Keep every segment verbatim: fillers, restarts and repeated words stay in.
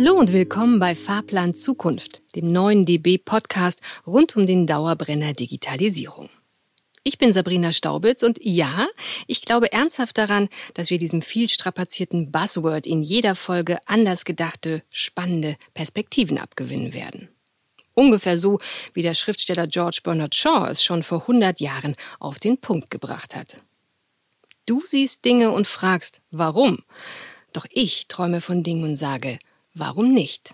Hallo und willkommen bei Fahrplan Zukunft, dem neuen D B-Podcast rund um den Dauerbrenner Digitalisierung. Ich bin Sabrina Staubitz und ja, ich glaube ernsthaft daran, dass wir diesem viel strapazierten Buzzword in jeder Folge anders gedachte, spannende Perspektiven abgewinnen werden. Ungefähr so, wie der Schriftsteller George Bernard Shaw es schon vor hundert Jahren auf den Punkt gebracht hat. Du siehst Dinge und fragst, warum? Doch ich träume von Dingen und sage, warum nicht?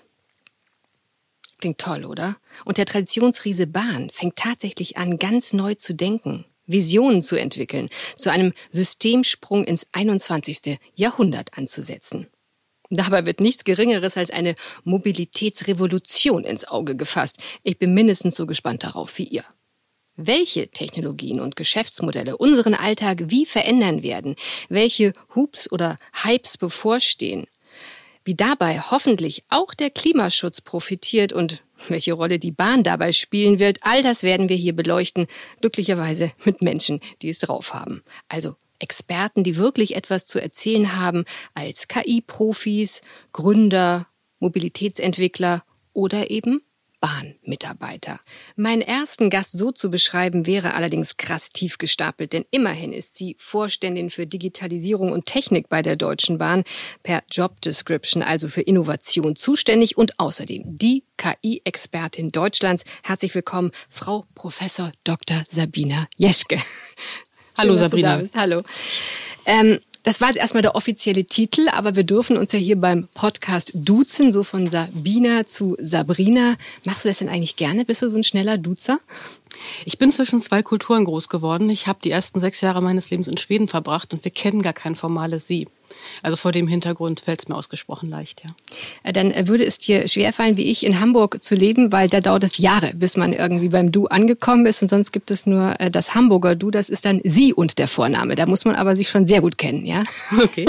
Klingt toll, oder? Und der Traditionsriese Bahn fängt tatsächlich an, ganz neu zu denken, Visionen zu entwickeln, zu einem Systemsprung ins einundzwanzigste Jahrhundert anzusetzen. Dabei wird nichts Geringeres als eine Mobilitätsrevolution ins Auge gefasst. Ich bin mindestens so gespannt darauf wie ihr. Welche Technologien und Geschäftsmodelle unseren Alltag wie verändern werden, welche Hubs oder Hypes bevorstehen, wie dabei hoffentlich auch der Klimaschutz profitiert und welche Rolle die Bahn dabei spielen wird, all das werden wir hier beleuchten, glücklicherweise mit Menschen, die es drauf haben. Also Experten, die wirklich etwas zu erzählen haben, als K I-Profis, Gründer, Mobilitätsentwickler oder eben Bahnmitarbeiter. Meinen ersten Gast so zu beschreiben, wäre allerdings krass tief gestapelt, denn immerhin ist sie Vorständin für Digitalisierung und Technik bei der Deutschen Bahn, per Job Description, also für Innovation zuständig und außerdem die K I-Expertin Deutschlands. Herzlich willkommen, Frau Professor Doktor Sabina Jeschke. Hallo Schön, Sabrina. Dass du da bist. Hallo. Ähm, Das war jetzt erstmal der offizielle Titel, aber wir dürfen uns ja hier beim Podcast duzen, so von Sabina zu Sabrina. Machst du das denn eigentlich gerne? Bist du so ein schneller Duzer? Ich bin zwischen zwei Kulturen groß geworden. Ich habe die ersten sechs Jahre meines Lebens in Schweden verbracht und wir kennen gar kein formales Sie. Also vor dem Hintergrund fällt es mir ausgesprochen leicht, ja. Dann würde es dir schwerfallen, wie ich, in Hamburg zu leben, weil da dauert es Jahre, bis man irgendwie beim Du angekommen ist und sonst gibt es nur das Hamburger Du, das ist dann Sie und der Vorname. Da muss man aber sich schon sehr gut kennen, ja? Okay.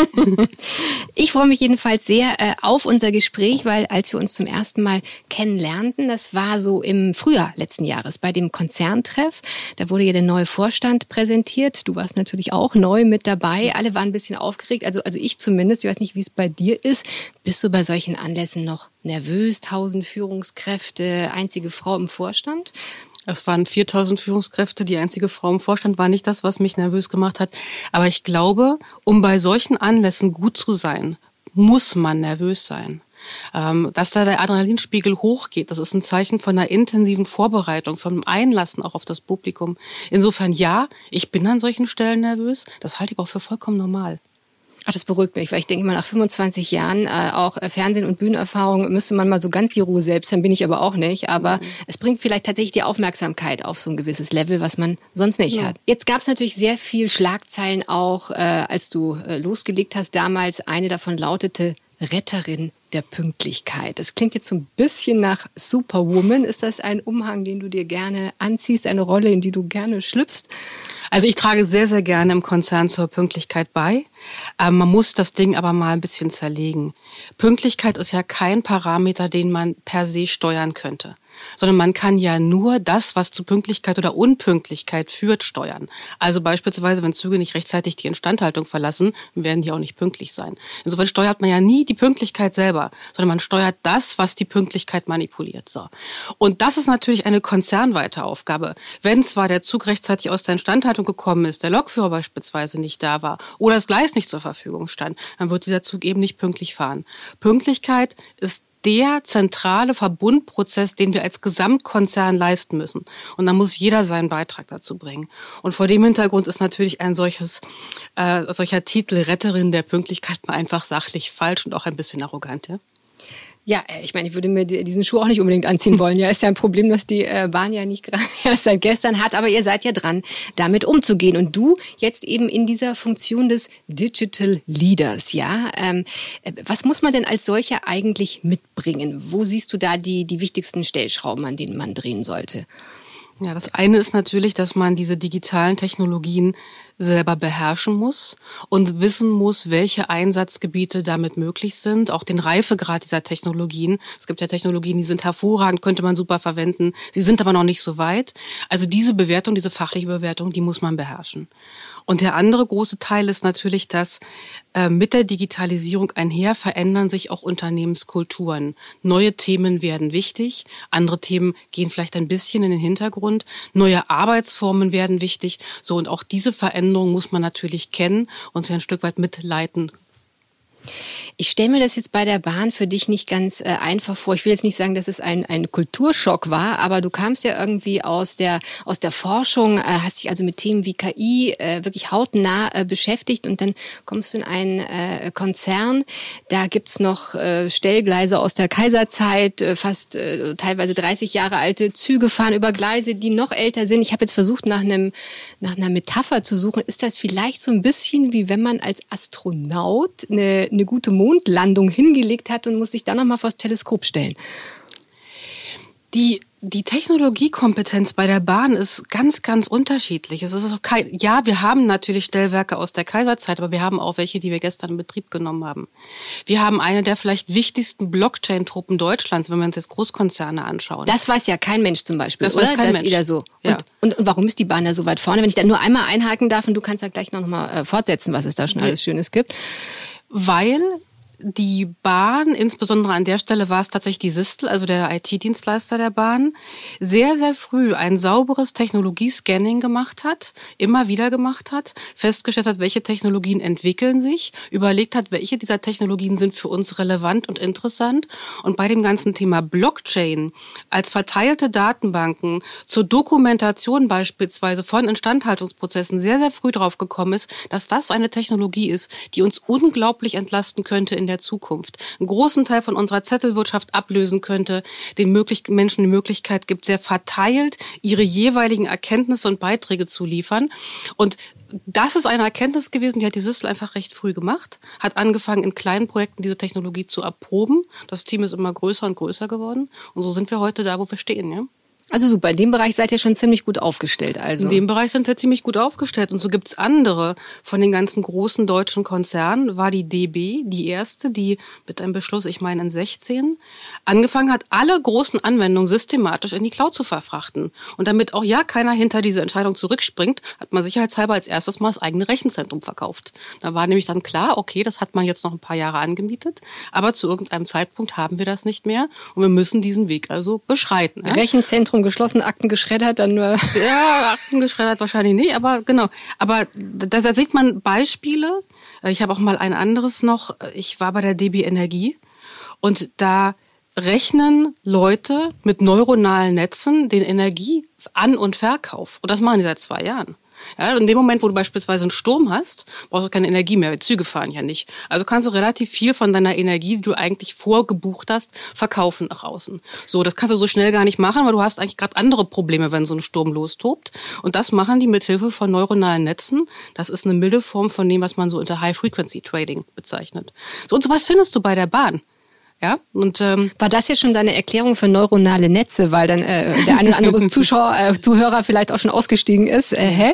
Ich freue mich jedenfalls sehr äh, auf unser Gespräch, weil als wir uns zum ersten Mal kennenlernten, das war so im Frühjahr letzten Jahres bei dem Konzerntreff, da wurde ja der neue Vorstand präsentiert. Du warst natürlich auch neu mit dabei. Alle waren ein bisschen aufgeregt, also, also ich zumindest. Ich weiß nicht, wie es bei dir ist. Bist du bei solchen Anlässen noch nervös? Tausend Führungskräfte, einzige Frau im Vorstand? Es waren viertausend Führungskräfte, die einzige Frau im Vorstand war nicht das, was mich nervös gemacht hat. Aber ich glaube, um bei solchen Anlässen gut zu sein, muss man nervös sein. Ähm, dass da der Adrenalinspiegel hochgeht, das ist ein Zeichen von einer intensiven Vorbereitung, von einem Einlassen auch auf das Publikum. Insofern ja, ich bin an solchen Stellen nervös. Das halte ich auch für vollkommen normal. Ach, das beruhigt mich, weil ich denke mal, nach fünfundzwanzig Jahren äh, auch äh, Fernsehen- und Bühnenerfahrung müsste man mal so ganz die Ruhe selbst haben, bin ich aber auch nicht. Aber mhm. es bringt vielleicht tatsächlich die Aufmerksamkeit auf so ein gewisses Level, was man sonst nicht ja. hat. Jetzt gab es natürlich sehr viel Schlagzeilen auch, äh, als du äh, losgelegt hast damals. Eine davon lautete Retterin der Pünktlichkeit. Das klingt jetzt so ein bisschen nach Superwoman. Ist das ein Umhang, den du dir gerne anziehst, eine Rolle, in die du gerne schlüpfst? Also ich trage sehr, sehr gerne im Konzern zur Pünktlichkeit bei. Ähm, man muss das Ding aber mal ein bisschen zerlegen. Pünktlichkeit ist ja kein Parameter, den man per se steuern könnte, sondern man kann ja nur das, was zu Pünktlichkeit oder Unpünktlichkeit führt, steuern. Also beispielsweise, wenn Züge nicht rechtzeitig die Instandhaltung verlassen, werden die auch nicht pünktlich sein. Insofern steuert man ja nie die Pünktlichkeit selber, sondern man steuert das, was die Pünktlichkeit manipuliert. So. Und das ist natürlich eine konzernweite Aufgabe. Wenn zwar der Zug rechtzeitig aus der Instandhaltung gekommen ist, der Lokführer beispielsweise nicht da war oder das Gleis nicht zur Verfügung stand, dann wird dieser Zug eben nicht pünktlich fahren. Pünktlichkeit ist der zentrale Verbundprozess, den wir als Gesamtkonzern leisten müssen. Und da muss jeder seinen Beitrag dazu bringen. Und vor dem Hintergrund ist natürlich ein solches, äh, solcher Titel Retterin der Pünktlichkeit mal einfach sachlich falsch und auch ein bisschen arrogant, ja? Ja, ich meine, ich würde mir diesen Schuh auch nicht unbedingt anziehen wollen. Ja, ist ja ein Problem, das die Bahn ja nicht gerade erst seit gestern hat. Aber ihr seid ja dran, damit umzugehen. Und du jetzt eben in dieser Funktion des Digital Leaders, ja. Ähm, was muss man denn als solcher eigentlich mitbringen? Wo siehst du da die, die wichtigsten Stellschrauben, an denen man drehen sollte? Ja, das eine ist natürlich, dass man diese digitalen Technologien selber beherrschen muss und wissen muss, welche Einsatzgebiete damit möglich sind, auch den Reifegrad dieser Technologien. Es gibt ja Technologien, die sind hervorragend, könnte man super verwenden, sie sind aber noch nicht so weit. Also diese Bewertung, diese fachliche Bewertung, die muss man beherrschen. Und der andere große Teil ist natürlich, dass äh, mit der Digitalisierung einher verändern sich auch Unternehmenskulturen. Neue Themen werden wichtig, andere Themen gehen vielleicht ein bisschen in den Hintergrund, neue Arbeitsformen werden wichtig. So, und auch diese Veränderung muss man natürlich kennen und sie ein Stück weit mitleiten. Ich stelle mir das jetzt bei der Bahn für dich nicht ganz äh, einfach vor. Ich will jetzt nicht sagen, dass es ein, ein Kulturschock war, aber du kamst ja irgendwie aus der, aus der Forschung, äh, hast dich also mit Themen wie K I äh, wirklich hautnah äh, beschäftigt und dann kommst du in einen äh, Konzern. Da gibt's noch äh, Stellgleise aus der Kaiserzeit, äh, fast äh, teilweise dreißig Jahre alte Züge fahren über Gleise, die noch älter sind. Ich habe jetzt versucht, nach einem, nach einer Metapher zu suchen. Ist das vielleicht so ein bisschen wie wenn man als Astronaut eine eine gute Mondlandung hingelegt hat und muss sich dann nochmal vors Teleskop stellen? Die, die Technologiekompetenz bei der Bahn ist ganz, ganz unterschiedlich. Es ist auch kein, ja, wir haben natürlich Stellwerke aus der Kaiserzeit, aber wir haben auch welche, die wir gestern in Betrieb genommen haben. Wir haben eine der vielleicht wichtigsten Blockchain-Truppen Deutschlands, wenn wir uns jetzt Großkonzerne anschauen. Das weiß ja kein Mensch zum Beispiel, das oder? Weiß kein das Mensch. ist wieder so. Ja. Und, und, und warum ist die Bahn da so weit vorne? Wenn ich da nur einmal einhaken darf und du kannst ja gleich noch mal äh, fortsetzen, was es da schon alles Schönes gibt. Weil die Bahn, insbesondere an der Stelle war es tatsächlich die Sistel, also der I T-Dienstleister der Bahn, sehr, sehr früh ein sauberes Technologiescanning gemacht hat, immer wieder gemacht hat, festgestellt hat, welche Technologien entwickeln sich, überlegt hat, welche dieser Technologien sind für uns relevant und interessant. Und bei dem ganzen Thema Blockchain als verteilte Datenbanken zur Dokumentation beispielsweise von Instandhaltungsprozessen sehr, sehr früh drauf gekommen ist, dass das eine Technologie ist, die uns unglaublich entlasten könnte in der Zukunft, einen großen Teil von unserer Zettelwirtschaft ablösen könnte, den möglich- Menschen die Möglichkeit gibt, sehr verteilt ihre jeweiligen Erkenntnisse und Beiträge zu liefern. Und das ist eine Erkenntnis gewesen, die hat die Sistel einfach recht früh gemacht, hat angefangen, in kleinen Projekten diese Technologie zu erproben. Das Team ist immer größer und größer geworden. Und so sind wir heute da, wo wir stehen, ja. Also super, in dem Bereich seid ihr schon ziemlich gut aufgestellt. Also. In dem Bereich sind wir ziemlich gut aufgestellt. Und so gibt's andere. Von den ganzen großen deutschen Konzernen war die D B die erste, die mit einem Beschluss, ich meine in sechzehn, angefangen hat, alle großen Anwendungen systematisch in die Cloud zu verfrachten. Und damit auch ja keiner hinter diese Entscheidung zurückspringt, hat man sicherheitshalber als erstes mal das eigene Rechenzentrum verkauft. Da war nämlich dann klar, okay, das hat man jetzt noch ein paar Jahre angemietet, aber zu irgendeinem Zeitpunkt haben wir das nicht mehr und wir müssen diesen Weg also beschreiten. Ja? Rechenzentrum geschlossen, Akten geschreddert, dann nur. Ja, Akten geschreddert wahrscheinlich nicht, aber genau. Aber da, da sieht man Beispiele. Ich habe auch mal ein anderes noch. Ich war bei der D B Energie und da rechnen Leute mit neuronalen Netzen den Energiean- und Verkauf. Und das machen die seit zwei Jahren. Ja, in dem Moment, wo du beispielsweise einen Sturm hast, brauchst du keine Energie mehr, weil Züge fahren ja nicht. Also kannst du relativ viel von deiner Energie, die du eigentlich vorgebucht hast, verkaufen nach außen. So, das kannst du so schnell gar nicht machen, weil du hast eigentlich gerade andere Probleme, wenn so ein Sturm lostobt. Und das machen die mit Hilfe von neuronalen Netzen. Das ist eine milde Form von dem, was man so unter High-Frequency-Trading bezeichnet. So, und sowas findest du bei der Bahn. Ja, und ähm, war das jetzt schon deine Erklärung für neuronale Netze, weil dann äh, der eine oder andere Zuschauer, äh, Zuhörer vielleicht auch schon ausgestiegen ist? Äh, hä?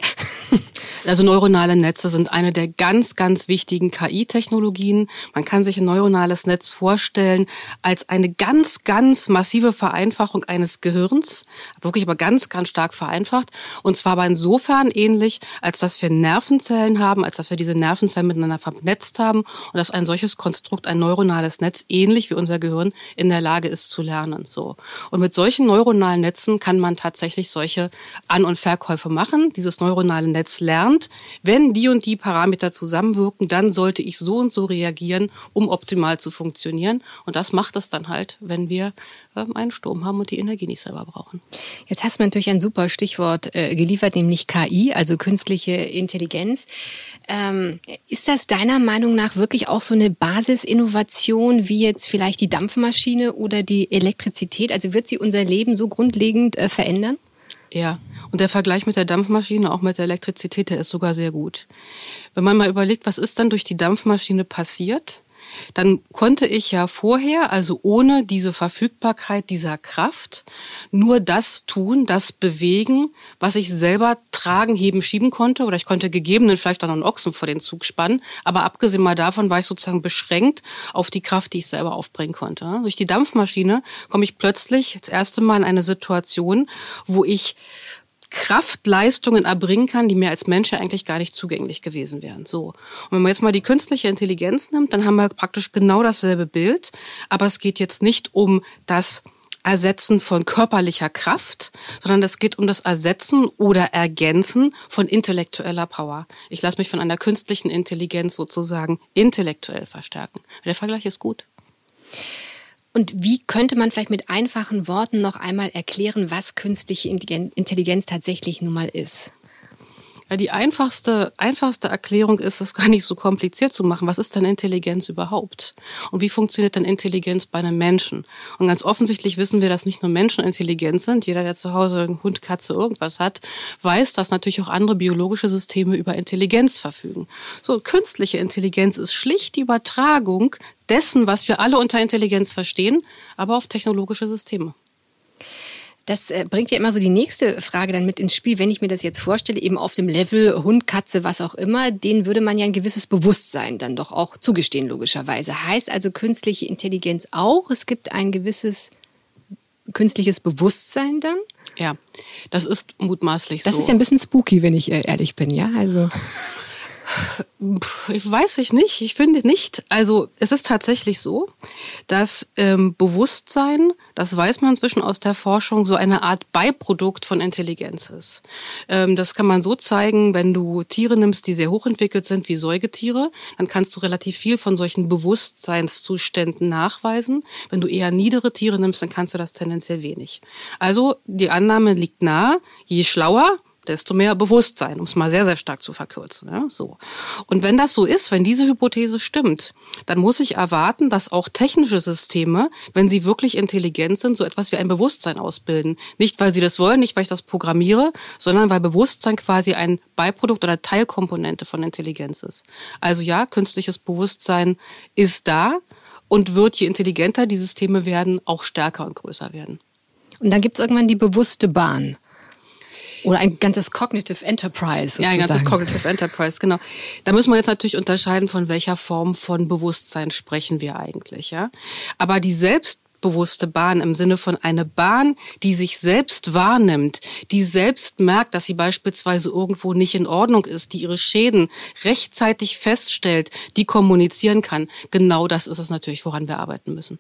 Also neuronale Netze sind eine der ganz, ganz wichtigen K I-Technologien. Man kann sich ein neuronales Netz vorstellen als eine ganz, ganz massive Vereinfachung eines Gehirns, wirklich aber ganz, ganz stark vereinfacht. Und zwar aber insofern ähnlich, als dass wir Nervenzellen haben, als dass wir diese Nervenzellen miteinander vernetzt haben und dass ein solches Konstrukt, ein neuronales Netz, ähnlich wie unser Gehirn in der Lage ist zu lernen. So. Und mit solchen neuronalen Netzen kann man tatsächlich solche An- und Verkäufe machen. Dieses neuronale Netz lernt, wenn die und die Parameter zusammenwirken, dann sollte ich so und so reagieren, um optimal zu funktionieren. Und das macht es dann halt, wenn wir ähm, einen Sturm haben und die Energie nicht selber brauchen. Jetzt hast du mir natürlich ein super Stichwort äh, geliefert, nämlich K I, also künstliche Intelligenz. Ähm, ist das deiner Meinung nach wirklich auch so eine Basisinnovation, wie jetzt vielleicht die Dampfmaschine oder die Elektrizität? Also wird sie unser Leben so grundlegend äh, verändern? Ja, und der Vergleich mit der Dampfmaschine, auch mit der Elektrizität, der ist sogar sehr gut. Wenn man mal überlegt, was ist dann durch die Dampfmaschine passiert, dann konnte ich ja vorher, also ohne diese Verfügbarkeit dieser Kraft, nur das tun, das bewegen, was ich selber tragen, heben, schieben konnte. Oder ich konnte gegebenenfalls vielleicht auch noch einen Ochsen vor den Zug spannen. Aber abgesehen mal davon war ich sozusagen beschränkt auf die Kraft, die ich selber aufbringen konnte. Durch die Dampfmaschine komme ich plötzlich das erste Mal in eine Situation, wo ich Kraftleistungen erbringen kann, die mir als Mensch ja eigentlich gar nicht zugänglich gewesen wären. So. Und wenn man jetzt mal die künstliche Intelligenz nimmt, dann haben wir praktisch genau dasselbe Bild. Aber es geht jetzt nicht um das Ersetzen von körperlicher Kraft, sondern es geht um das Ersetzen oder Ergänzen von intellektueller Power. Ich lasse mich von einer künstlichen Intelligenz sozusagen intellektuell verstärken. Der Vergleich ist gut. Und wie könnte man vielleicht mit einfachen Worten noch einmal erklären, was künstliche Intelligenz tatsächlich nun mal ist? Ja, die einfachste, einfachste Erklärung ist, es gar nicht so kompliziert zu machen. Was ist denn Intelligenz überhaupt? Und wie funktioniert denn Intelligenz bei einem Menschen? Und ganz offensichtlich wissen wir, dass nicht nur Menschen intelligent sind. Jeder, der zu Hause einen Hund, Katze, irgendwas hat, weiß, dass natürlich auch andere biologische Systeme über Intelligenz verfügen. So, künstliche Intelligenz ist schlicht die Übertragung dessen, was wir alle unter Intelligenz verstehen, aber auf technologische Systeme. Das bringt ja immer so die nächste Frage dann mit ins Spiel. Wenn ich mir das jetzt vorstelle, eben auf dem Level Hund, Katze, was auch immer, denen würde man ja ein gewisses Bewusstsein dann doch auch zugestehen, logischerweise. Heißt also künstliche Intelligenz auch, es gibt ein gewisses künstliches Bewusstsein dann? Ja, das ist mutmaßlich so. Das ist ja ein bisschen spooky, wenn ich ehrlich bin, ja, also... Ich weiß ich nicht, ich finde nicht. Also es ist tatsächlich so, dass ähm, Bewusstsein, das weiß man inzwischen aus der Forschung, so eine Art Beiprodukt von Intelligenz ist. Ähm, das kann man so zeigen, wenn du Tiere nimmst, die sehr hochentwickelt sind, wie Säugetiere, dann kannst du relativ viel von solchen Bewusstseinszuständen nachweisen. Wenn du eher niedere Tiere nimmst, dann kannst du das tendenziell wenig. Also die Annahme liegt nahe, je schlauer, desto mehr Bewusstsein, um es mal sehr, sehr stark zu verkürzen. Ja, so. Und wenn das so ist, wenn diese Hypothese stimmt, dann muss ich erwarten, dass auch technische Systeme, wenn sie wirklich intelligent sind, so etwas wie ein Bewusstsein ausbilden. Nicht, weil sie das wollen, nicht, weil ich das programmiere, sondern weil Bewusstsein quasi ein Beiprodukt oder Teilkomponente von Intelligenz ist. Also ja, künstliches Bewusstsein ist da und wird, je intelligenter die Systeme werden, auch stärker und größer werden. Und dann gibt es irgendwann die bewusste Bahn. Oder ein ganzes Cognitive Enterprise sozusagen. Ja, ein ganzes Cognitive Enterprise, genau. Da müssen wir jetzt natürlich unterscheiden, von welcher Form von Bewusstsein sprechen wir eigentlich, ja. Aber die selbstbewusste Bahn im Sinne von einer Bahn, die sich selbst wahrnimmt, die selbst merkt, dass sie beispielsweise irgendwo nicht in Ordnung ist, die ihre Schäden rechtzeitig feststellt, die kommunizieren kann. Genau das ist es natürlich, woran wir arbeiten müssen.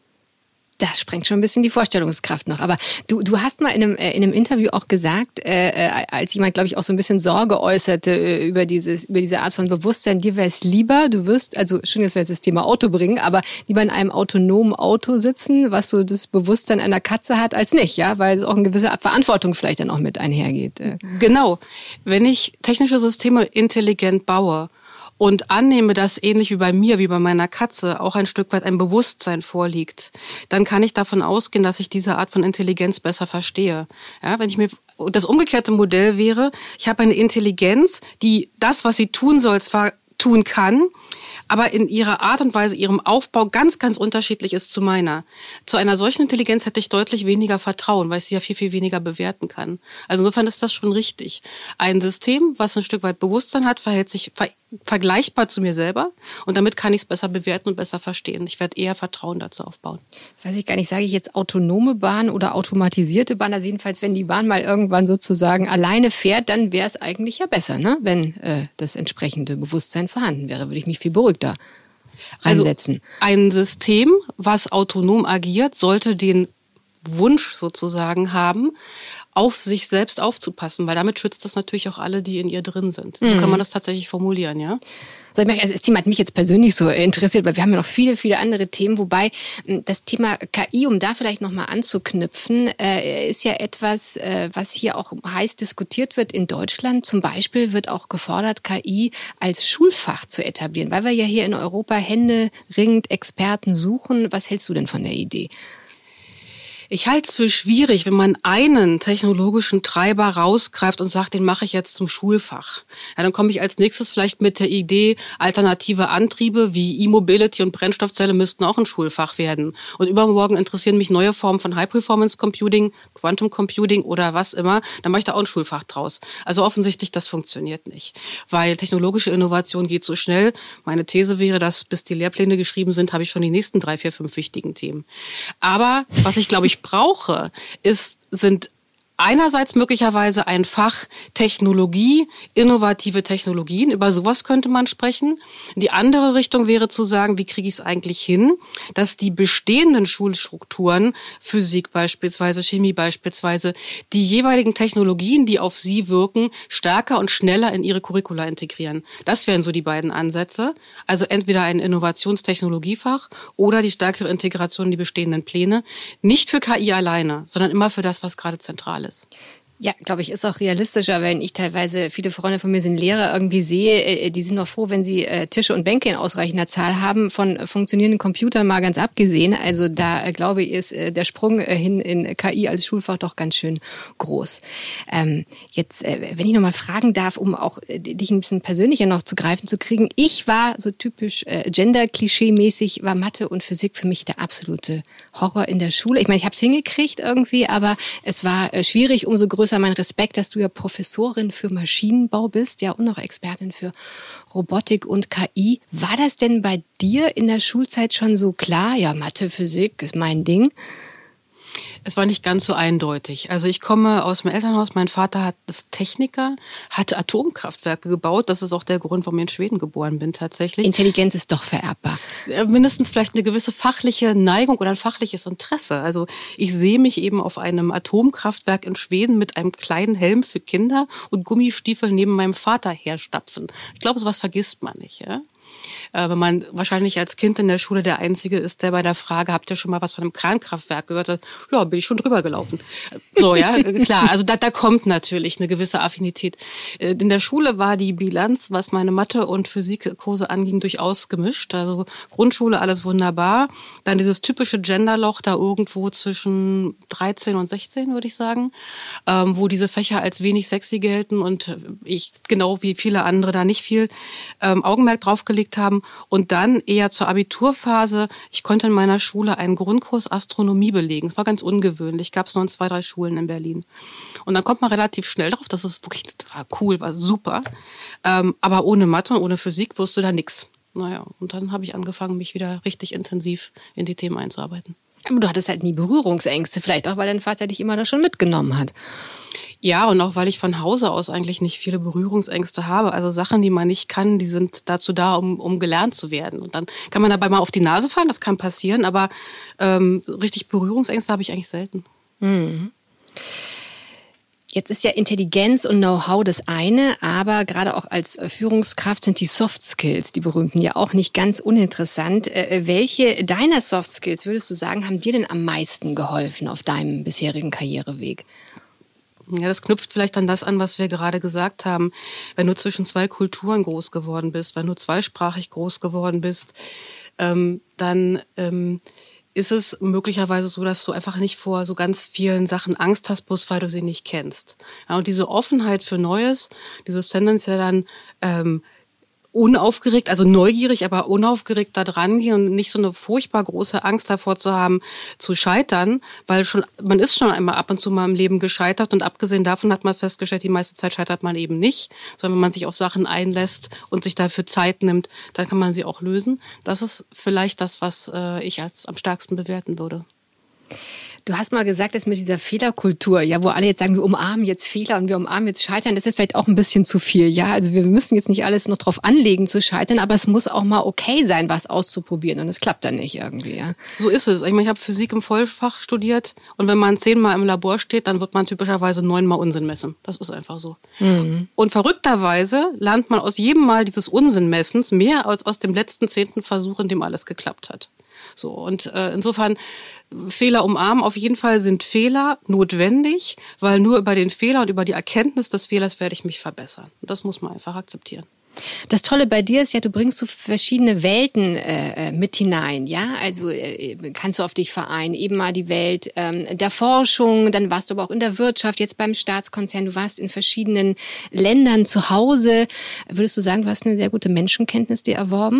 Das sprengt schon ein bisschen die Vorstellungskraft noch. Aber du, du hast mal in einem, in einem Interview auch gesagt, äh, als jemand, glaube ich, auch so ein bisschen Sorge äußerte äh, über, dieses, über diese Art von Bewusstsein, dir wäre es lieber, du wirst, also schön, dass wir jetzt das Thema Auto bringen, aber lieber in einem autonomen Auto sitzen, was so das Bewusstsein einer Katze hat, als nicht, ja, weil es auch eine gewisse Verantwortung vielleicht dann auch mit einhergeht. Äh. Genau. Wenn ich technische Systeme intelligent baue, und annehme, dass ähnlich wie bei mir, wie bei meiner Katze, auch ein Stück weit ein Bewusstsein vorliegt, dann kann ich davon ausgehen, dass ich diese Art von Intelligenz besser verstehe. Ja, wenn ich mir das umgekehrte Modell wäre, ich habe eine Intelligenz, die das, was sie tun soll, zwar tun kann, aber in ihrer Art und Weise, ihrem Aufbau ganz, ganz unterschiedlich ist zu meiner. Zu einer solchen Intelligenz hätte ich deutlich weniger Vertrauen, weil ich sie ja viel, viel weniger bewerten kann. Also insofern ist das schon richtig. Ein System, was ein Stück weit Bewusstsein hat, verhält sich ver- vergleichbar zu mir selber und damit kann ich es besser bewerten und besser verstehen. Ich werde eher Vertrauen dazu aufbauen. Das weiß ich gar nicht, sage ich jetzt autonome Bahn oder automatisierte Bahn? Also jedenfalls, wenn die Bahn mal irgendwann sozusagen alleine fährt, dann wäre es eigentlich ja besser, ne? Wenn äh, das entsprechende Bewusstsein vorhanden wäre, würde ich mich viel beruhigter reinsetzen. Also ein System, was autonom agiert, sollte den Wunsch sozusagen haben, auf sich selbst aufzupassen, weil damit schützt das natürlich auch alle, die in ihr drin sind. So kann man das tatsächlich formulieren, ja. So, ich merke, also das Thema hat mich jetzt persönlich so interessiert, weil wir haben ja noch viele, viele andere Themen, wobei das Thema K I, um da vielleicht nochmal anzuknüpfen, äh, ist ja etwas, äh, was hier auch heiß diskutiert wird in Deutschland. Zum Beispiel wird auch gefordert, K I als Schulfach zu etablieren, weil wir ja hier in Europa händeringend Experten suchen. Was hältst du denn von der Idee? Ich halte es für schwierig, wenn man einen technologischen Treiber rausgreift und sagt, den mache ich jetzt zum Schulfach. Ja, dann komme ich als nächstes vielleicht mit der Idee, alternative Antriebe wie E-Mobility und Brennstoffzelle müssten auch ein Schulfach werden. Und übermorgen interessieren mich neue Formen von High-Performance-Computing, Quantum Computing oder was immer. Dann mache ich da auch ein Schulfach draus. Also offensichtlich, das funktioniert nicht. Weil technologische Innovation geht so schnell. Meine These wäre, dass bis die Lehrpläne geschrieben sind, habe ich schon die nächsten drei, vier, fünf wichtigen Themen. Aber was ich, glaube ich, brauche, ist, sind einerseits möglicherweise ein Fach Technologie, innovative Technologien, über sowas könnte man sprechen. Die andere Richtung wäre zu sagen, wie kriege ich es eigentlich hin, dass die bestehenden Schulstrukturen, Physik beispielsweise, Chemie beispielsweise, die jeweiligen Technologien, die auf sie wirken, stärker und schneller in ihre Curricula integrieren. Das wären so die beiden Ansätze. Also entweder ein Innovationstechnologiefach oder die stärkere Integration in die bestehenden Pläne. Nicht für K I alleine, sondern immer für das, was gerade zentral ist. Ja, glaube ich, ist auch realistischer, wenn ich teilweise, viele Freunde von mir sind Lehrer, irgendwie sehe, die sind noch froh, wenn sie Tische und Bänke in ausreichender Zahl haben, von funktionierenden Computern mal ganz abgesehen. Also da, glaube ich, ist der Sprung hin in K I als Schulfach doch ganz schön groß. Ähm, jetzt, wenn ich nochmal fragen darf, um auch dich ein bisschen persönlicher noch zu greifen zu kriegen. Ich war so typisch äh, Gender-Klischee-mäßig, war Mathe und Physik für mich der absolute Horror in der Schule. Ich meine, ich habe es hingekriegt irgendwie, aber es war äh, schwierig, umso größer mein Respekt, dass du ja Professorin für Maschinenbau bist, ja, und noch Expertin für Robotik und K I. War das denn bei dir in der Schulzeit schon so klar? Ja, Mathe, Physik ist mein Ding. Es war nicht ganz so eindeutig. Also ich komme aus dem Elternhaus, mein Vater hat ist Techniker, hat Atomkraftwerke gebaut. Das ist auch der Grund, warum ich in Schweden geboren bin tatsächlich. Intelligenz ist doch vererbbar. Mindestens vielleicht eine gewisse fachliche Neigung oder ein fachliches Interesse. Also ich sehe mich eben auf einem Atomkraftwerk in Schweden mit einem kleinen Helm für Kinder und Gummistiefeln neben meinem Vater herstapfen. Ich glaube, sowas vergisst man nicht, ja? Wenn man wahrscheinlich als Kind in der Schule der Einzige ist, der bei der Frage, habt ihr schon mal was von einem Krankraftwerk gehört hat? Ja, bin ich schon drüber gelaufen. So, ja, klar. Also da, da kommt natürlich eine gewisse Affinität. In der Schule war die Bilanz, was meine Mathe- und Physikkurse anging, durchaus gemischt. Also Grundschule, alles wunderbar. Dann dieses typische Genderloch da irgendwo zwischen dreizehn und sechzehn, würde ich sagen, wo diese Fächer als wenig sexy gelten und ich, genau wie viele andere, da nicht viel Augenmerk drauf gelegt haben. Und dann eher zur Abiturphase. Ich konnte in meiner Schule einen Grundkurs Astronomie belegen. Das war ganz ungewöhnlich. Gab es nur in zwei, drei Schulen in Berlin. Und dann kommt man relativ schnell drauf. Das ist wirklich, das war cool, war super. Ähm, aber ohne Mathe und ohne Physik wusste da nichts. Naja, und dann habe ich angefangen, mich wieder richtig intensiv in die Themen einzuarbeiten. Aber du hattest halt nie Berührungsängste. Vielleicht auch, weil dein Vater dich immer da schon mitgenommen hat. Ja, und auch weil ich von Hause aus eigentlich nicht viele Berührungsängste habe. Also Sachen, die man nicht kann, die sind dazu da, um, um gelernt zu werden. Und dann kann man dabei mal auf die Nase fallen, das kann passieren, aber ähm, richtig Berührungsängste habe ich eigentlich selten. Mhm. Jetzt ist ja Intelligenz und Know-how das eine, aber gerade auch als Führungskraft sind die Soft Skills, die berühmten, ja auch nicht ganz uninteressant. Welche deiner Soft Skills, würdest du sagen, haben dir denn am meisten geholfen auf deinem bisherigen Karriereweg? Ja, das knüpft vielleicht an das an, was wir gerade gesagt haben. Wenn du zwischen zwei Kulturen groß geworden bist, wenn du zweisprachig groß geworden bist, ähm, dann ähm, ist es möglicherweise so, dass du einfach nicht vor so ganz vielen Sachen Angst hast, bloß weil du sie nicht kennst. Ja, und diese Offenheit für Neues, dieses tendenziell dann ähm, unaufgeregt, also neugierig, aber unaufgeregt da dran gehen und nicht so eine furchtbar große Angst davor zu haben, zu scheitern, weil schon man ist schon einmal ab und zu mal im Leben gescheitert und abgesehen davon hat man festgestellt, die meiste Zeit scheitert man eben nicht, sondern wenn man sich auf Sachen einlässt und sich dafür Zeit nimmt, dann kann man sie auch lösen. Das ist vielleicht das, was äh, ich als am stärksten bewerten würde. Du hast mal gesagt, dass mit dieser Fehlerkultur, ja, wo alle jetzt sagen, wir umarmen jetzt Fehler und wir umarmen jetzt Scheitern, das ist vielleicht auch ein bisschen zu viel, ja. Also wir müssen jetzt nicht alles noch drauf anlegen zu scheitern, aber es muss auch mal okay sein, was auszuprobieren und es klappt dann nicht irgendwie, ja. So ist es. Ich meine, ich habe Physik im Vollfach studiert und wenn man zehnmal im Labor steht, dann wird man typischerweise neunmal Unsinn messen. Das ist einfach so. Mhm. Und verrückterweise lernt man aus jedem Mal dieses Unsinnmessens mehr als aus dem letzten zehnten Versuch, in dem alles geklappt hat. So, und äh, insofern Fehler umarmen, auf jeden Fall sind Fehler notwendig, weil nur über den Fehler und über die Erkenntnis des Fehlers werde ich mich verbessern. Und das muss man einfach akzeptieren. Das Tolle bei dir ist ja, du bringst so verschiedene Welten äh, mit hinein, ja, also äh, kannst du auf dich vereinen, eben mal die Welt ähm, der Forschung, dann warst du aber auch in der Wirtschaft, jetzt beim Staatskonzern, du warst in verschiedenen Ländern zu Hause. Würdest du sagen, du hast eine sehr gute Menschenkenntnis dir erworben?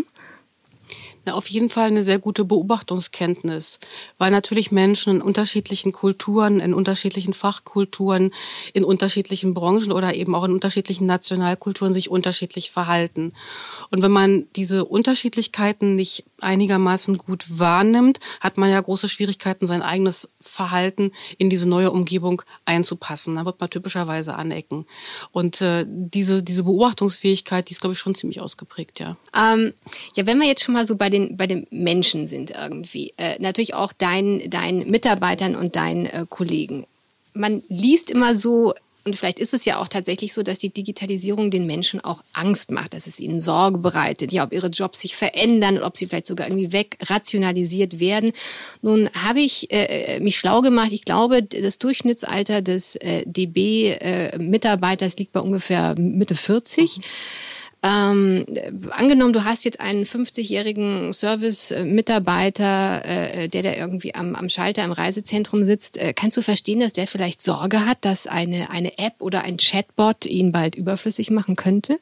Na, auf jeden Fall eine sehr gute Beobachtungskenntnis, weil natürlich Menschen in unterschiedlichen Kulturen, in unterschiedlichen Fachkulturen, in unterschiedlichen Branchen oder eben auch in unterschiedlichen Nationalkulturen sich unterschiedlich verhalten. Und wenn man diese Unterschiedlichkeiten nicht einigermaßen gut wahrnimmt, hat man ja große Schwierigkeiten, sein eigenes Verhalten in diese neue Umgebung einzupassen. Da wird man typischerweise anecken. Und äh, diese, diese Beobachtungsfähigkeit, die ist, glaube ich, schon ziemlich ausgeprägt, ja. Ähm, ja, wenn wir jetzt schon mal so bei den, bei den Menschen sind irgendwie, äh, natürlich auch deinen, deinen Mitarbeitern und deinen äh, Kollegen. Man liest immer so, und vielleicht ist es ja auch tatsächlich so, dass die Digitalisierung den Menschen auch Angst macht, dass es ihnen Sorge bereitet, ja, ob ihre Jobs sich verändern, ob sie vielleicht sogar irgendwie wegrationalisiert werden. Nun habe ich äh, mich schlau gemacht. Ich glaube, das Durchschnittsalter des äh, D B-Mitarbeiters äh, liegt bei ungefähr Mitte vierzig. Mhm. Ähm, angenommen, du hast jetzt einen fünfzigjährigen Service-Mitarbeiter, äh, der da irgendwie am, am Schalter im Reisezentrum sitzt. Äh, kannst du verstehen, dass der vielleicht Sorge hat, dass eine, eine App oder ein Chatbot ihn bald überflüssig machen könnte?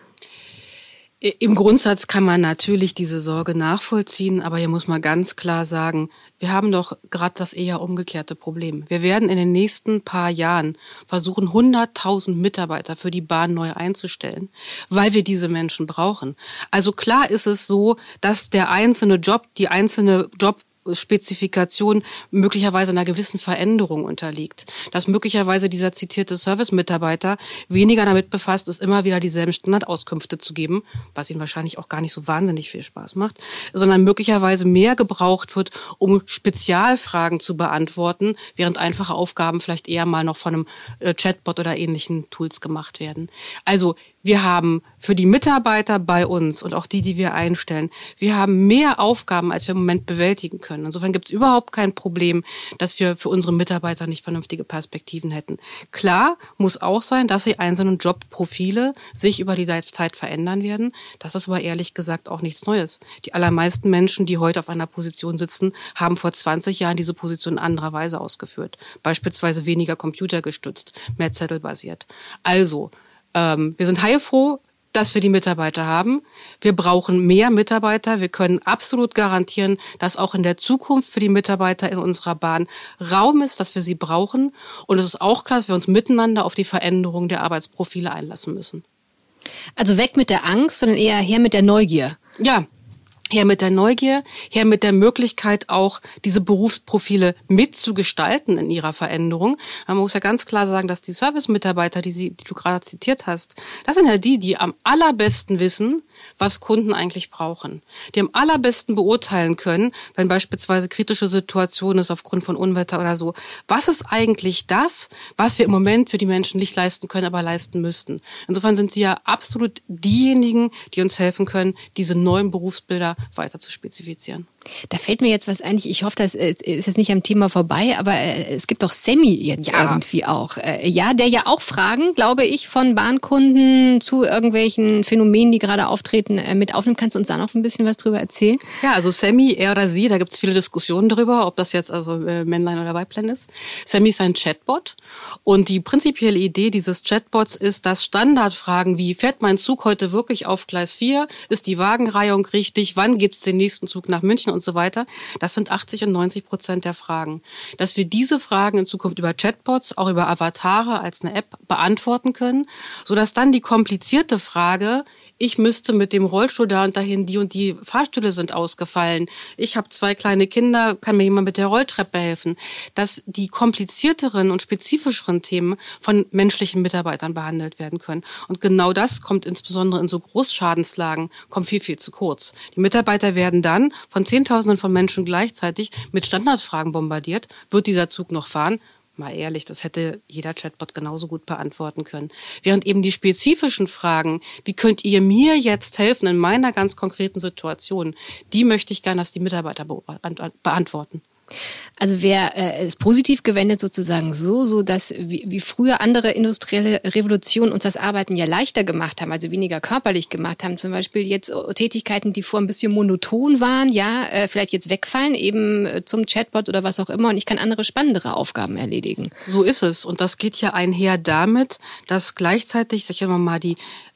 Im Grundsatz kann man natürlich diese Sorge nachvollziehen, aber hier muss man ganz klar sagen, wir haben doch gerade das eher umgekehrte Problem. Wir werden in den nächsten paar Jahren versuchen, hunderttausend Mitarbeiter für die Bahn neu einzustellen, weil wir diese Menschen brauchen. Also klar ist es so, dass der einzelne Job, die einzelne Job Spezifikation möglicherweise einer gewissen Veränderung unterliegt. Dass möglicherweise dieser zitierte Service-Mitarbeiter weniger damit befasst ist, immer wieder dieselben Standardauskünfte zu geben, was ihm wahrscheinlich auch gar nicht so wahnsinnig viel Spaß macht, sondern möglicherweise mehr gebraucht wird, um Spezialfragen zu beantworten, während einfache Aufgaben vielleicht eher mal noch von einem Chatbot oder ähnlichen Tools gemacht werden. Also wir haben für die Mitarbeiter bei uns und auch die, die wir einstellen, wir haben mehr Aufgaben, als wir im Moment bewältigen können. Insofern gibt es überhaupt kein Problem, dass wir für unsere Mitarbeiter nicht vernünftige Perspektiven hätten. Klar muss auch sein, dass die einzelnen Jobprofile sich über die Zeit verändern werden. Das ist aber ehrlich gesagt auch nichts Neues. Die allermeisten Menschen, die heute auf einer Position sitzen, haben vor zwanzig Jahren diese Position in anderer Weise ausgeführt. Beispielsweise weniger computergestützt, mehr zettelbasiert. Also, Ähm, wir sind heilfroh, dass wir die Mitarbeiter haben. Wir brauchen mehr Mitarbeiter. Wir können absolut garantieren, dass auch in der Zukunft für die Mitarbeiter in unserer Bahn Raum ist, dass wir sie brauchen. Und es ist auch klar, dass wir uns miteinander auf die Veränderung der Arbeitsprofile einlassen müssen. Also weg mit der Angst, sondern eher her mit der Neugier. Ja. Her mit der Neugier, her mit der Möglichkeit auch, diese Berufsprofile mitzugestalten in ihrer Veränderung. Man muss ja ganz klar sagen, dass die Service-Mitarbeiter, die, sie, die du gerade zitiert hast, das sind ja die, die am allerbesten wissen, was Kunden eigentlich brauchen. Die am allerbesten beurteilen können, wenn beispielsweise kritische Situation ist aufgrund von Unwetter oder so. Was ist eigentlich das, was wir im Moment für die Menschen nicht leisten können, aber leisten müssten? Insofern sind sie ja absolut diejenigen, die uns helfen können, diese neuen Berufsbilder weiter zu spezifizieren. Da fällt mir jetzt was ein. Ich hoffe, das ist jetzt nicht am Thema vorbei, aber es gibt doch Sammy jetzt ja. irgendwie auch. Ja, der ja auch Fragen, glaube ich, von Bahnkunden zu irgendwelchen Phänomenen, die gerade auftreten, mit aufnimmt. Kannst du uns da noch ein bisschen was drüber erzählen? Ja, also Sammy, er oder sie, da gibt es viele Diskussionen darüber, ob das jetzt also Männlein oder Weiblein ist. Sammy ist ein Chatbot und die prinzipielle Idee dieses Chatbots ist, dass Standardfragen wie, fährt mein Zug heute wirklich auf Gleis vier? Ist die Wagenreihung richtig? Wann gibt es den nächsten Zug nach München und so weiter? Das sind achtzig und neunzig Prozent der Fragen. Dass wir diese Fragen in Zukunft über Chatbots, auch über Avatare als eine App beantworten können, sodass dann die komplizierte Frage, ich müsste mit dem Rollstuhl da und dahin, die und die Fahrstühle sind ausgefallen. Ich habe zwei kleine Kinder, kann mir jemand mit der Rolltreppe helfen? Dass die komplizierteren und spezifischeren Themen von menschlichen Mitarbeitern behandelt werden können. Und genau das kommt insbesondere in so Großschadenslagen, kommt viel, viel zu kurz. Die Mitarbeiter werden dann von Zehntausenden von Menschen gleichzeitig mit Standardfragen bombardiert. Wird dieser Zug noch fahren? Mal ehrlich, das hätte jeder Chatbot genauso gut beantworten können. Während eben die spezifischen Fragen, wie könnt ihr mir jetzt helfen in meiner ganz konkreten Situation, die möchte ich gerne, dass die Mitarbeiter beantworten. Also wäre äh, es positiv gewendet sozusagen so, so dass wie, wie früher andere industrielle Revolutionen uns das Arbeiten ja leichter gemacht haben, also weniger körperlich gemacht haben. Zum Beispiel jetzt Tätigkeiten, die vorher ein bisschen monoton waren, ja, äh, vielleicht jetzt wegfallen, eben äh, zum Chatbot oder was auch immer und ich kann andere spannendere Aufgaben erledigen. So ist es und das geht ja einher damit, dass gleichzeitig, sag ich mal, die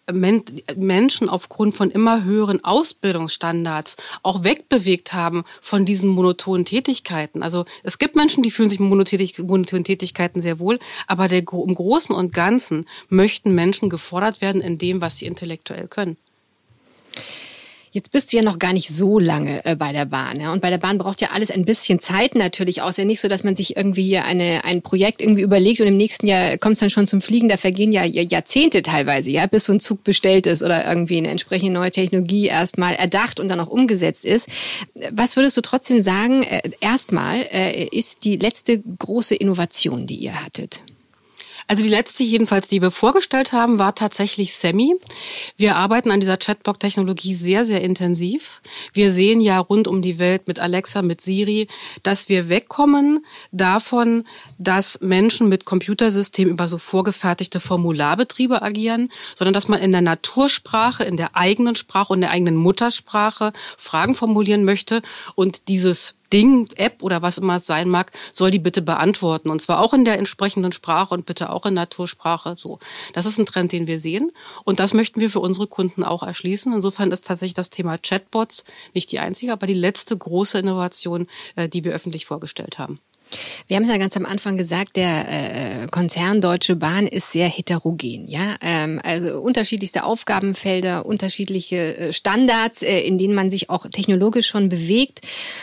Menschen aufgrund von immer höheren Ausbildungsstandards auch wegbewegt haben von diesen monotonen Tätigkeiten. Also es gibt Menschen, die fühlen sich mit monotonen Tätigkeiten sehr wohl, aber der, im Großen und Ganzen möchten Menschen gefordert werden in dem, was sie intellektuell können. Jetzt bist du ja noch gar nicht so lange äh, bei der Bahn. Ja? Und bei der Bahn braucht ja alles ein bisschen Zeit natürlich auch. Es ist ja nicht so, dass man sich irgendwie hier eine, ein Projekt irgendwie überlegt und im nächsten Jahr kommt es dann schon zum Fliegen. Da vergehen ja Jahrzehnte teilweise, ja, bis so ein Zug bestellt ist oder irgendwie eine entsprechende neue Technologie erstmal erdacht und dann auch umgesetzt ist. Was würdest du trotzdem sagen, äh, erstmal äh, ist die letzte große Innovation, die ihr hattet? Also die letzte jedenfalls, die wir vorgestellt haben, war tatsächlich Semi. Wir arbeiten an dieser Chatbot-Technologie sehr, sehr intensiv. Wir sehen ja rund um die Welt mit Alexa, mit Siri, dass wir wegkommen davon, dass Menschen mit Computersystemen über so vorgefertigte Formularbetriebe agieren, sondern dass man in der Natursprache, in der eigenen Sprache und der eigenen Muttersprache Fragen formulieren möchte und dieses Ding, App oder was immer es sein mag, soll die bitte beantworten. Und zwar auch in der entsprechenden Sprache und bitte auch in Natursprache. So, das ist ein Trend, den wir sehen. Und das möchten wir für unsere Kunden auch erschließen. Insofern ist tatsächlich das Thema Chatbots nicht die einzige, aber die letzte große Innovation, die wir öffentlich vorgestellt haben. Wir haben es ja ganz am Anfang gesagt, der äh, Konzern Deutsche Bahn ist sehr heterogen, ja, ähm, also unterschiedlichste Aufgabenfelder, unterschiedliche äh, Standards, äh, in denen man sich auch technologisch schon bewegt.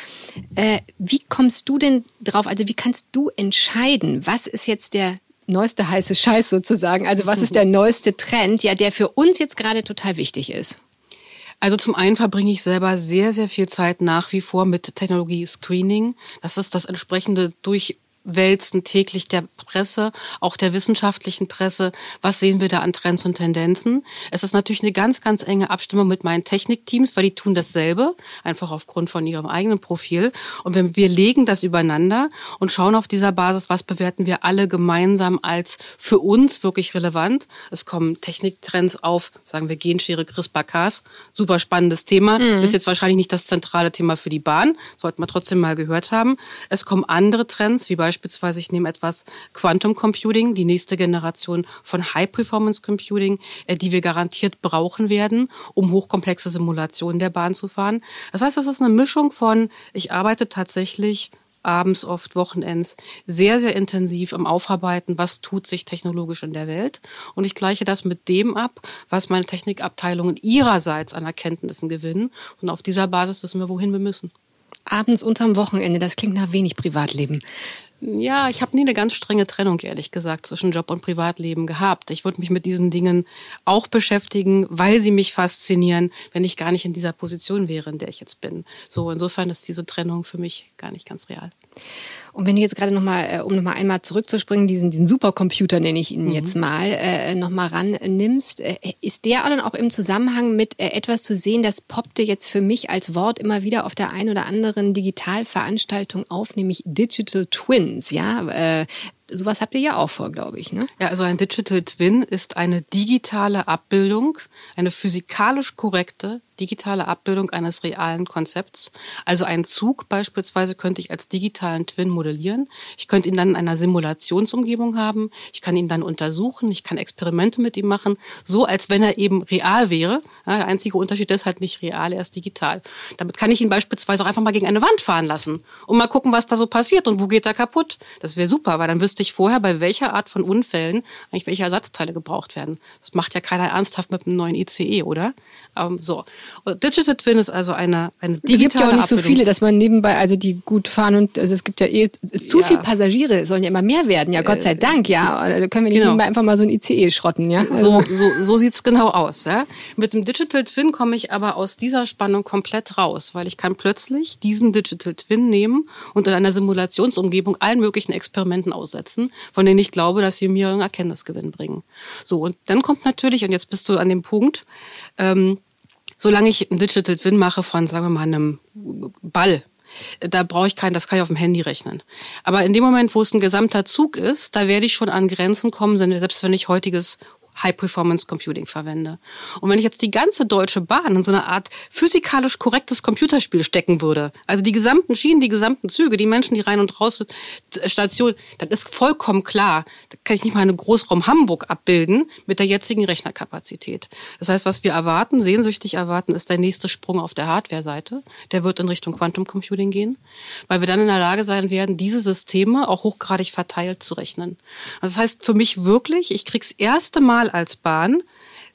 Äh, wie kommst du denn drauf, also wie kannst du entscheiden, was ist jetzt der neueste heiße Scheiß sozusagen, also was ist der neueste Trend, ja, der für uns jetzt gerade total wichtig ist? Also zum einen verbringe ich selber sehr, sehr viel Zeit nach wie vor mit Technologie-Screening. Das ist das entsprechende Durchwälzen täglich der Presse, auch der wissenschaftlichen Presse. Was sehen wir da an Trends und Tendenzen? Es ist natürlich eine ganz, ganz enge Abstimmung mit meinen Technikteams, weil die tun dasselbe, einfach aufgrund von ihrem eigenen Profil. Und wir, wir legen das übereinander und schauen auf dieser Basis, was bewerten wir alle gemeinsam als für uns wirklich relevant. Es kommen Techniktrends auf, sagen wir Genschere, CRISPR-Cas, super spannendes Thema. Mhm. Ist jetzt wahrscheinlich nicht das zentrale Thema für die Bahn, sollte man trotzdem mal gehört haben. Es kommen andere Trends, wie beispielsweise, ich nehme etwas Quantum Computing, die nächste Generation von High-Performance Computing, die wir garantiert brauchen werden, um hochkomplexe Simulationen der Bahn zu fahren. Das heißt, das ist eine Mischung von, ich arbeite tatsächlich abends, oft Wochenends, sehr, sehr intensiv im Aufarbeiten, was tut sich technologisch in der Welt. Und ich gleiche das mit dem ab, was meine Technikabteilungen ihrerseits an Erkenntnissen gewinnen. Und auf dieser Basis wissen wir, wohin wir müssen. Abends unterm Wochenende, das klingt nach wenig Privatleben. Ja, ich habe nie eine ganz strenge Trennung, ehrlich gesagt, zwischen Job und Privatleben gehabt. Ich würde mich mit diesen Dingen auch beschäftigen, weil sie mich faszinieren, wenn ich gar nicht in dieser Position wäre, in der ich jetzt bin. So, insofern ist diese Trennung für mich gar nicht ganz real. Und wenn du jetzt gerade nochmal, um nochmal einmal zurückzuspringen, diesen, diesen Supercomputer, nenne ich ihn mhm. jetzt mal, äh, nochmal rannimmst, äh, ist der dann auch im Zusammenhang mit äh, etwas zu sehen, das poppte jetzt für mich als Wort immer wieder auf der einen oder anderen Digitalveranstaltung auf, nämlich Digital Twins, ja, äh, sowas habt ihr ja auch vor, glaube ich, ne? Ja, also ein Digital Twin ist eine digitale Abbildung, eine physikalisch korrekte digitale Abbildung eines realen Konzepts. Also einen Zug beispielsweise könnte ich als digitalen Twin modellieren. Ich könnte ihn dann in einer Simulationsumgebung haben. Ich kann ihn dann untersuchen. Ich kann Experimente mit ihm machen, so als wenn er eben real wäre. Ja, der einzige Unterschied ist halt nicht real, er ist digital. Damit kann ich ihn beispielsweise auch einfach mal gegen eine Wand fahren lassen und mal gucken, was da so passiert und wo geht er kaputt. Das wäre super, weil dann wüsste ich vorher, bei welcher Art von Unfällen eigentlich welche Ersatzteile gebraucht werden. Das macht ja keiner ernsthaft mit einem neuen I C E, oder? Ähm, so. Digital Twin ist also eine, eine digitale Abbildung. Es gibt ja auch nicht Abbildung. So viele, dass man nebenbei, also die gut fahren und also es gibt ja eh, zu ja. viele Passagiere, sollen ja immer mehr werden, ja, Gott sei Dank, ja. Da können wir nicht genau. nebenbei einfach mal so ein I C E schrotten, ja. Also. So, so, so sieht's genau aus, ja. Mit dem Digital Twin komme ich aber aus dieser Spannung komplett raus, weil ich kann plötzlich diesen Digital Twin nehmen und in einer Simulationsumgebung allen möglichen Experimenten aussetzen, von denen ich glaube, dass sie mir einen Erkenntnisgewinn bringen. So, und dann kommt natürlich, und jetzt bist du an dem Punkt, ähm, solange ich einen Digital Twin mache von, sagen wir mal, einem Ball, da brauche ich keinen, das kann ich auf dem Handy rechnen. Aber in dem Moment, wo es ein gesamter Zug ist, da werde ich schon an Grenzen kommen, selbst wenn ich heutiges High-Performance-Computing verwende. Und wenn ich jetzt die ganze Deutsche Bahn in so eine Art physikalisch korrektes Computerspiel stecken würde, also die gesamten Schienen, die gesamten Züge, die Menschen, die rein und raus Station, dann ist vollkommen klar, da kann ich nicht mal eine Großraum Hamburg abbilden mit der jetzigen Rechnerkapazität. Das heißt, was wir erwarten, sehnsüchtig erwarten, ist der nächste Sprung auf der Hardware-Seite. Der wird in Richtung Quantum Computing gehen, weil wir dann in der Lage sein werden, diese Systeme auch hochgradig verteilt zu rechnen. Das heißt für mich wirklich, ich krieg's erste Mal als Bahn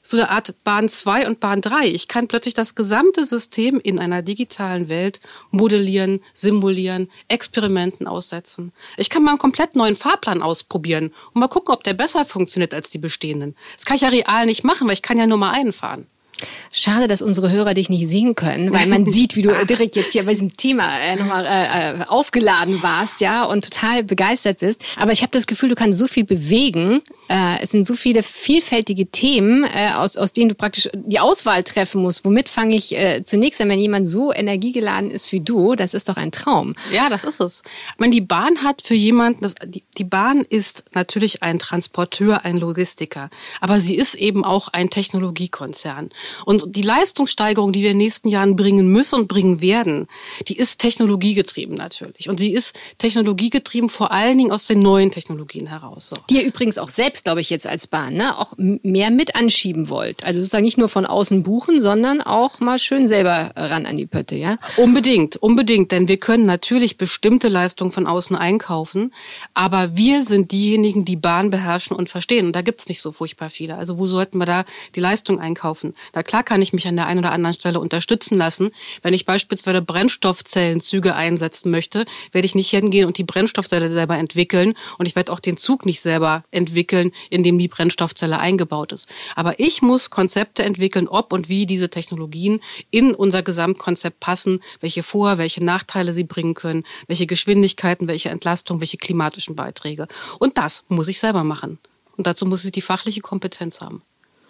so eine Art Bahn zwei und Bahn drei. Ich kann plötzlich das gesamte System in einer digitalen Welt modellieren, simulieren, Experimenten aussetzen. Ich kann mal einen komplett neuen Fahrplan ausprobieren und mal gucken, ob der besser funktioniert als die bestehenden. Das kann ich ja real nicht machen, weil ich kann ja nur mal einen fahren. Schade, dass unsere Hörer dich nicht sehen können, weil man sieht, wie du direkt jetzt hier bei diesem Thema äh, nochmal äh, aufgeladen warst, ja, und total begeistert bist. Aber ich habe das Gefühl, du kannst so viel bewegen. Äh, es sind so viele vielfältige Themen, äh, aus, aus denen du praktisch die Auswahl treffen musst. Womit fange ich äh, zunächst an, wenn jemand so energiegeladen ist wie du? Das ist doch ein Traum. Ja, das ist es. Ich meine, die Bahn hat für jemanden, das, die, die Bahn ist natürlich ein Transporteur, ein Logistiker, aber sie ist eben auch ein Technologiekonzern. Und die Leistungssteigerung, die wir in den nächsten Jahren bringen müssen und bringen werden, die ist technologiegetrieben natürlich. Und sie ist technologiegetrieben vor allen Dingen aus den neuen Technologien heraus. So. Die ihr übrigens auch selbst, glaube ich, jetzt als Bahn, ne, auch mehr mit anschieben wollt. Also sozusagen nicht nur von außen buchen, sondern auch mal schön selber ran an die Pötte, ja? Unbedingt, unbedingt. Denn wir können natürlich bestimmte Leistungen von außen einkaufen, aber wir sind diejenigen, die Bahn beherrschen und verstehen. Und da gibt's nicht so furchtbar viele. Also wo sollten wir da die Leistung einkaufen? Na klar kann ich mich an der einen oder anderen Stelle unterstützen lassen. Wenn ich beispielsweise Brennstoffzellenzüge einsetzen möchte, werde ich nicht hingehen und die Brennstoffzelle selber entwickeln. Und ich werde auch den Zug nicht selber entwickeln, in dem die Brennstoffzelle eingebaut ist. Aber ich muss Konzepte entwickeln, ob und wie diese Technologien in unser Gesamtkonzept passen, welche Vor-, welche Nachteile sie bringen können, welche Geschwindigkeiten, welche Entlastung, welche klimatischen Beiträge. Und das muss ich selber machen. Und dazu muss ich die fachliche Kompetenz haben.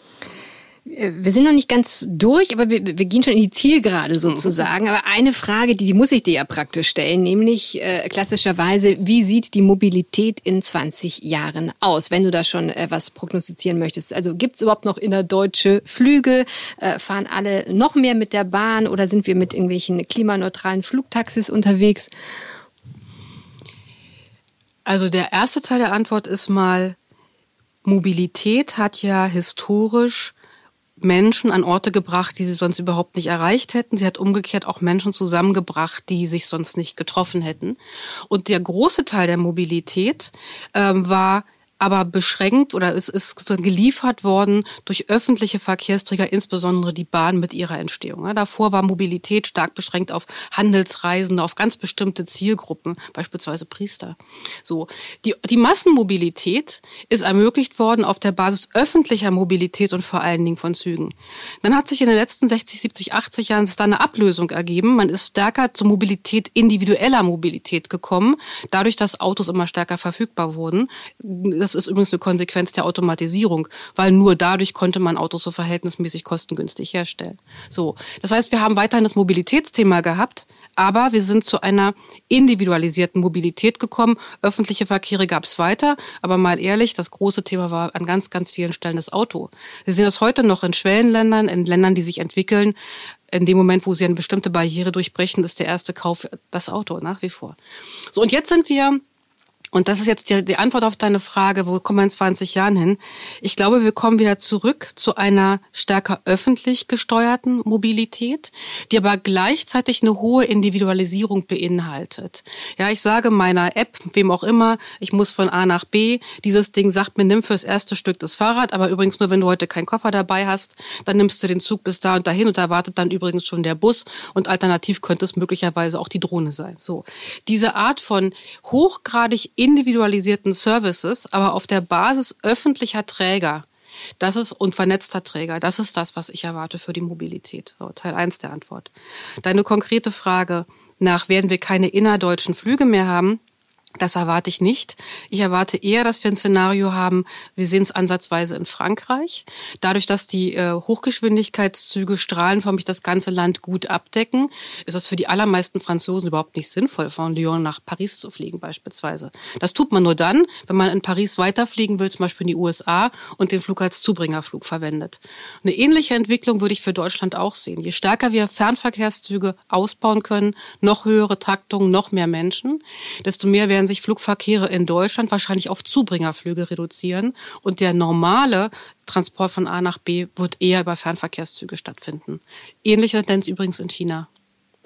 Wir sind noch nicht ganz durch, aber wir, wir gehen schon in die Zielgerade sozusagen. Aber eine Frage, die, die muss ich dir ja praktisch stellen, nämlich äh, klassischerweise, wie sieht die Mobilität in zwanzig Jahren aus, wenn du da schon äh, was prognostizieren möchtest? Also gibt es überhaupt noch innerdeutsche Flüge? Äh, fahren alle noch mehr mit der Bahn oder sind wir mit irgendwelchen klimaneutralen Flugtaxis unterwegs? Also der erste Teil der Antwort ist mal, Mobilität hat ja historisch Menschen an Orte gebracht, die sie sonst überhaupt nicht erreicht hätten. Sie hat umgekehrt auch Menschen zusammengebracht, die sich sonst nicht getroffen hätten. Und der große Teil der Mobilität ähm, war aber beschränkt oder es ist geliefert worden durch öffentliche Verkehrsträger, insbesondere die Bahn mit ihrer Entstehung. Ja, davor war Mobilität stark beschränkt auf Handelsreisende, auf ganz bestimmte Zielgruppen, beispielsweise Priester. So, die, die Massenmobilität ist ermöglicht worden auf der Basis öffentlicher Mobilität und vor allen Dingen von Zügen. Dann hat sich in den letzten sechzig, siebzig, achtzig Jahren da eine Ablösung ergeben. Man ist stärker zur Mobilität, individueller Mobilität gekommen, dadurch, dass Autos immer stärker verfügbar wurden. Das ist übrigens eine Konsequenz der Automatisierung, weil nur dadurch konnte man Autos so verhältnismäßig kostengünstig herstellen. So, das heißt, wir haben weiterhin das Mobilitätsthema gehabt, aber wir sind zu einer individualisierten Mobilität gekommen. Öffentliche Verkehre gab es weiter, aber mal ehrlich, das große Thema war an ganz, ganz vielen Stellen das Auto. Wir sehen das heute noch in Schwellenländern, in Ländern, die sich entwickeln. In dem Moment, wo sie eine bestimmte Barriere durchbrechen, ist der erste Kauf das Auto nach wie vor. So, und jetzt sind wir... Und das ist jetzt die, die Antwort auf deine Frage, wo kommen wir in zwanzig Jahren hin? Ich glaube, wir kommen wieder zurück zu einer stärker öffentlich gesteuerten Mobilität, die aber gleichzeitig eine hohe Individualisierung beinhaltet. Ja, ich sage meiner App, wem auch immer, ich muss von A nach B. Dieses Ding sagt mir, nimm fürs erste Stück das Fahrrad, aber übrigens nur, wenn du heute keinen Koffer dabei hast, dann nimmst du den Zug bis da und dahin und da wartet dann übrigens schon der Bus und alternativ könnte es möglicherweise auch die Drohne sein. So, diese Art von hochgradig individualisierten Services, aber auf der Basis öffentlicher Träger, das ist und vernetzter Träger, das ist das, was ich erwarte für die Mobilität. So, Teil eins der Antwort. Deine konkrete Frage nach, werden wir keine innerdeutschen Flüge mehr haben? Das erwarte ich nicht. Ich erwarte eher, dass wir ein Szenario haben, wir sehen es ansatzweise in Frankreich. Dadurch, dass die äh, Hochgeschwindigkeitszüge strahlenförmig das ganze Land gut abdecken, ist es für die allermeisten Franzosen überhaupt nicht sinnvoll, von Lyon nach Paris zu fliegen beispielsweise. Das tut man nur dann, wenn man in Paris weiterfliegen will, zum Beispiel in die U S A und den Flug als Zubringerflug verwendet. Eine ähnliche Entwicklung würde ich für Deutschland auch sehen. Je stärker wir Fernverkehrszüge ausbauen können, noch höhere Taktungen, noch mehr Menschen, desto mehr werden sich Flugverkehre in Deutschland wahrscheinlich auf Zubringerflüge reduzieren und der normale Transport von A nach B wird eher über Fernverkehrszüge stattfinden. Ähnliche Tendenz übrigens in China.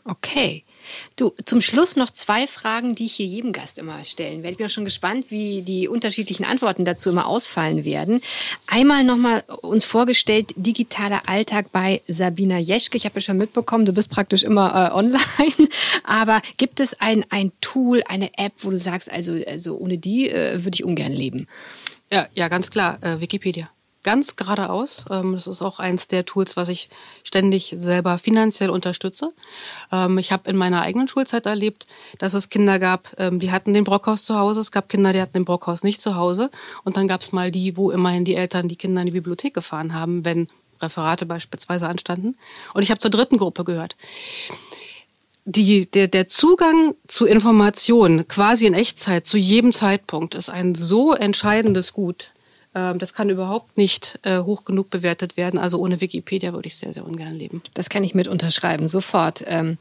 Okay. Du, zum Schluss noch zwei Fragen, die ich hier jedem Gast immer stellen werde. Ich bin auch schon gespannt, wie die unterschiedlichen Antworten dazu immer ausfallen werden. Einmal nochmal uns vorgestellt, digitaler Alltag bei Sabina Jeschke. Ich habe ja schon mitbekommen, du bist praktisch immer äh, online. Aber gibt es ein, ein Tool, eine App, wo du sagst, also, also ohne die äh, würde ich ungern leben? Ja, ja, ganz klar, äh, Wikipedia. Ganz geradeaus. Das ist auch eins der Tools, was ich ständig selber finanziell unterstütze. Ich habe in meiner eigenen Schulzeit erlebt, dass es Kinder gab, die hatten den Brockhaus zu Hause. Es gab Kinder, die hatten den Brockhaus nicht zu Hause. Und dann gab es mal die, wo immerhin die Eltern die Kinder in die Bibliothek gefahren haben, wenn Referate beispielsweise anstanden. Und ich habe zur dritten Gruppe gehört. Die, der, der Zugang zu Informationen quasi in Echtzeit zu jedem Zeitpunkt ist ein so entscheidendes Gut. Das kann überhaupt nicht äh, hoch genug bewertet werden. Also ohne Wikipedia würde ich sehr, sehr ungern leben. Das kann ich mit unterschreiben, sofort. Ähm,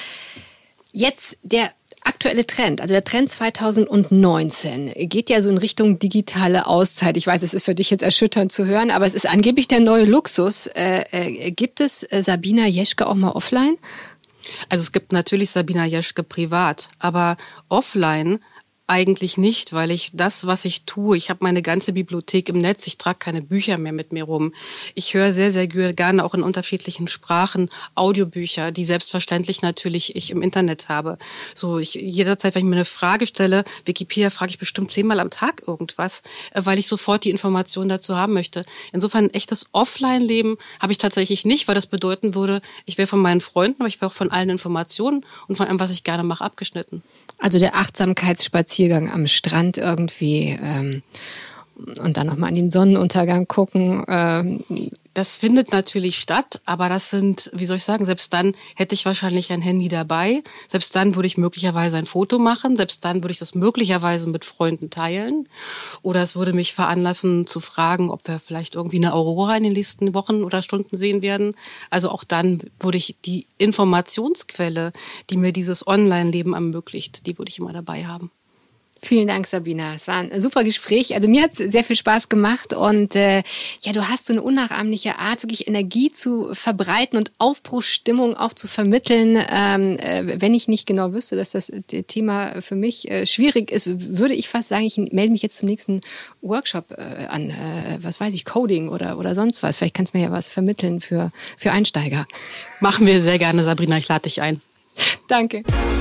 jetzt der aktuelle Trend, also der Trend zwanzig neunzehn, geht ja so in Richtung digitale Auszeit. Ich weiß, es ist für dich jetzt erschütternd zu hören, aber es ist angeblich der neue Luxus. Äh, äh, gibt es äh, Sabina Jeschke auch mal offline? Also es gibt natürlich Sabina Jeschke privat, aber offline eigentlich nicht, weil ich das, was ich tue, ich habe meine ganze Bibliothek im Netz, ich trage keine Bücher mehr mit mir rum. Ich höre sehr, sehr gerne auch in unterschiedlichen Sprachen Audiobücher, die selbstverständlich natürlich ich im Internet habe. So, ich jederzeit, wenn ich mir eine Frage stelle, Wikipedia frage ich bestimmt zehnmal am Tag irgendwas, weil ich sofort die Informationen dazu haben möchte. Insofern ein echtes Offline-Leben habe ich tatsächlich nicht, weil das bedeuten würde, ich wäre von meinen Freunden, aber ich wäre auch von allen Informationen und von allem, was ich gerne mache, abgeschnitten. Also der Achtsamkeitsspaziergang am Strand irgendwie ähm, und dann nochmal an den Sonnenuntergang gucken. Ähm. Das findet natürlich statt, aber das sind, wie soll ich sagen, selbst dann hätte ich wahrscheinlich ein Handy dabei. Selbst dann würde ich möglicherweise ein Foto machen. Selbst dann würde ich das möglicherweise mit Freunden teilen. Oder es würde mich veranlassen zu fragen, ob wir vielleicht irgendwie eine Aurora in den nächsten Wochen oder Stunden sehen werden. Also auch dann würde ich die Informationsquelle, die mir dieses Online-Leben ermöglicht, die würde ich immer dabei haben. Vielen Dank, Sabina. Es war ein super Gespräch. Also mir hat es sehr viel Spaß gemacht und äh, ja, du hast so eine unnachahmliche Art, wirklich Energie zu verbreiten und Aufbruchsstimmung auch zu vermitteln. Ähm, äh, wenn ich nicht genau wüsste, dass das Thema für mich äh, schwierig ist, würde ich fast sagen, ich melde mich jetzt zum nächsten Workshop äh, an. Äh, was weiß ich, Coding oder oder sonst was. Vielleicht kannst du mir ja was vermitteln für für Einsteiger. Machen wir sehr gerne, Sabrina. Ich lade dich ein. Danke.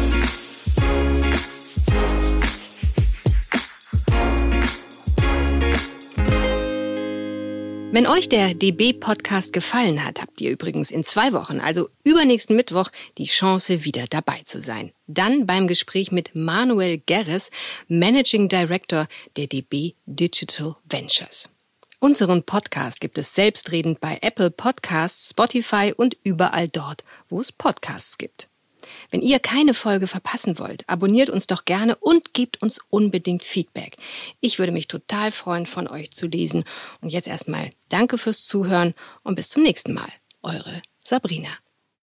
Wenn euch der D B-Podcast gefallen hat, habt ihr übrigens in zwei Wochen, also übernächsten Mittwoch, die Chance, wieder dabei zu sein. Dann beim Gespräch mit Manuel Gerres, Managing Director der D B Digital Ventures. Unseren Podcast gibt es selbstredend bei Apple Podcasts, Spotify und überall dort, wo es Podcasts gibt. Wenn ihr keine Folge verpassen wollt, abonniert uns doch gerne und gebt uns unbedingt Feedback. Ich würde mich total freuen, von euch zu lesen. Und jetzt erstmal danke fürs Zuhören und bis zum nächsten Mal. Eure Sabrina.